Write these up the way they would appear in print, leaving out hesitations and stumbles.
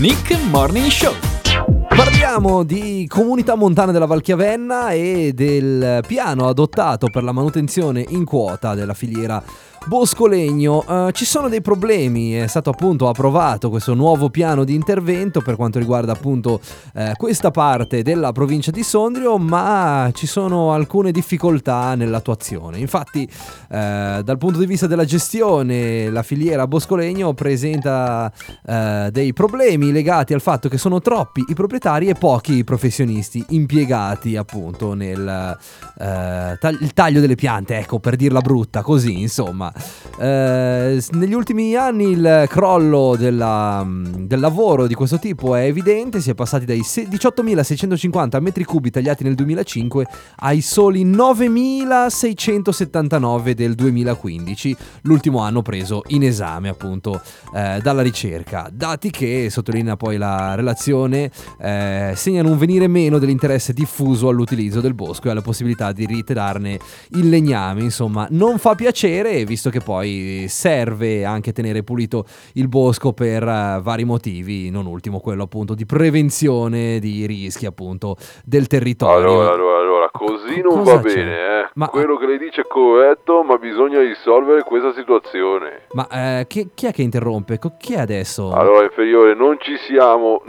Nick Morning Show. Parliamo di Comunità Montana della Valchiavenna e del piano adottato per la manutenzione in quota della filiera bosco-legno. Ci sono dei problemi, è stato appunto approvato questo nuovo piano di intervento per quanto riguarda appunto questa parte della provincia di Sondrio, ma ci sono alcune difficoltà nell'attuazione. Infatti dal punto di vista della gestione la filiera bosco-legno presenta dei problemi legati al fatto che sono troppi i proprietari e pochi i professionisti impiegati appunto nel il taglio delle piante, ecco, per dirla brutta così, insomma. Negli ultimi anni il crollo del lavoro di questo tipo è evidente, si è passati dai 18.650 metri cubi tagliati nel 2005 ai soli 9.679 del 2015, l'ultimo anno preso in esame appunto dalla ricerca, dati che, sottolinea poi la relazione, segnano un venire meno dell'interesse diffuso all'utilizzo del bosco e alla possibilità di ritirarne il legname. Insomma, non fa piacere, visto che poi serve anche tenere pulito il bosco per vari motivi, non ultimo quello appunto di prevenzione di rischi appunto del territorio. Allora, così non va bene, Ma quello che lei dice è corretto, ma bisogna risolvere questa situazione. Ma chi è che interrompe? Chi è adesso? Allora, inferiore, non ci siamo,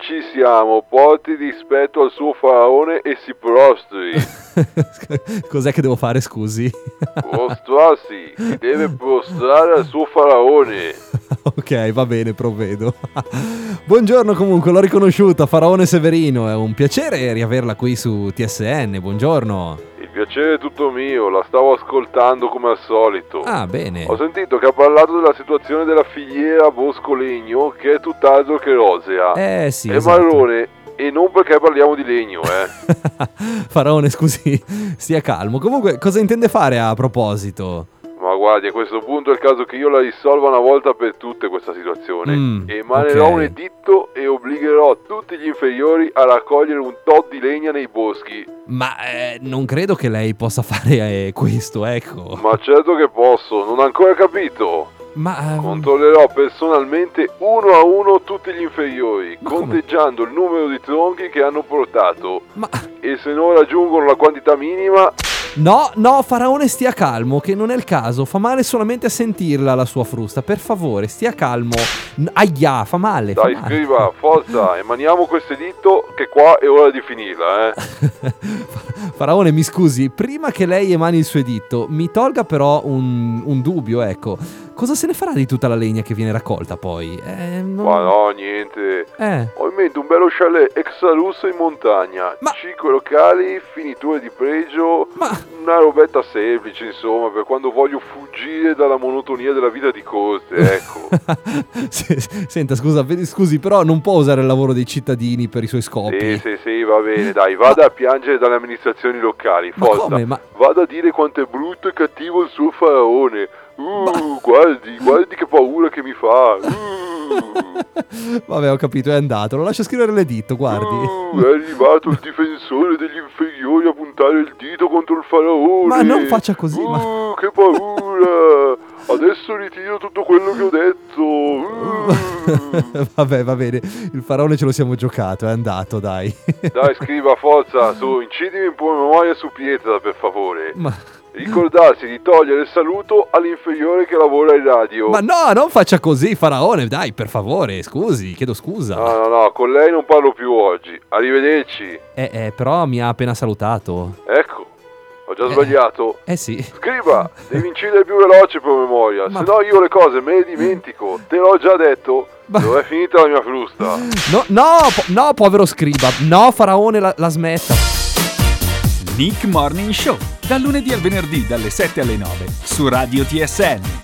porti rispetto al suo faraone e si prostri. Cos'è che devo fare, scusi? Prostrarsi, si deve prostrare al suo faraone. Ok, va bene, provvedo. Buongiorno comunque, l'ho riconosciuta, Faraone Severino, è un piacere riaverla qui su TSN, buongiorno. Il piacere è tutto mio, la stavo ascoltando come al solito. Ah, bene. Ho sentito che ha parlato della situazione della filiera bosco-legno, che è tutt'altro che rosea. Sì, è esatto. marrone, e non perché parliamo di legno, Faraone, scusi, stia calmo. Comunque, cosa intende fare a proposito? Ma guardi, a questo punto è il caso che io la risolva una volta per tutte questa situazione. Emanerò un editto e obbligherò tutti gli inferiori a raccogliere un tot di legna nei boschi. Ma non credo che lei possa fare questo, ecco. Ma certo che posso, non ho ancora capito. Ma controllerò personalmente uno a uno tutti gli inferiori, ma conteggiando il numero di tronchi che hanno portato. Ma e se non raggiungono la quantità minima... No, Faraone, stia calmo, che non è il caso. Fa male solamente a sentirla la sua frusta. Per favore, stia calmo. Aia, fa male. Dai, scriva, forza, emaniamo questo editto che qua è ora di finirla, Faraone, mi scusi, prima che lei emani il suo editto, mi tolga però un dubbio, ecco. Cosa se ne farà di tutta la legna che viene raccolta poi? Ma no, niente. Ho in mente un bello chalet extra lusso in montagna. 5 locali, finiture di pregio. Una robetta semplice, insomma, per quando voglio fuggire dalla monotonia della vita di corte, ecco. Senta, scusi, però non può usare il lavoro dei cittadini per i suoi scopi. Sì, va bene, dai, vada a piangere dalle amministrazioni locali, forza. Come? Vada a dire quanto è brutto e cattivo il suo faraone. Guardi che paura che mi fa. Vabbè, ho capito, è andato. Lo lascio scrivere l'editto, guardi. È arrivato il difensore degli inferiori a puntare il dito contro il faraone. Ma non faccia così. Che paura. Adesso ritiro tutto quello che ho detto. Vabbè, va bene. Il faraone ce lo siamo giocato, è andato, dai. Dai, scriva, forza. Su, incidimi un promemoria su Pietra, per favore. Ricordarsi di togliere il saluto all'inferiore che lavora in radio. Ma no, non faccia così, Faraone, dai, per favore, scusi, chiedo scusa. No, con lei non parlo più oggi. Arrivederci. Però mi ha appena salutato. Ecco, ho già sbagliato. Sì. Scriva, devi incidere più veloce per memoria, se no io le cose me le dimentico. Te l'ho già detto. Dov'è finita la mia frusta? No, povero scriba. No, Faraone, la smetta. Nick Morning Show, dal lunedì al venerdì dalle 7 alle 9 su Radio TSN.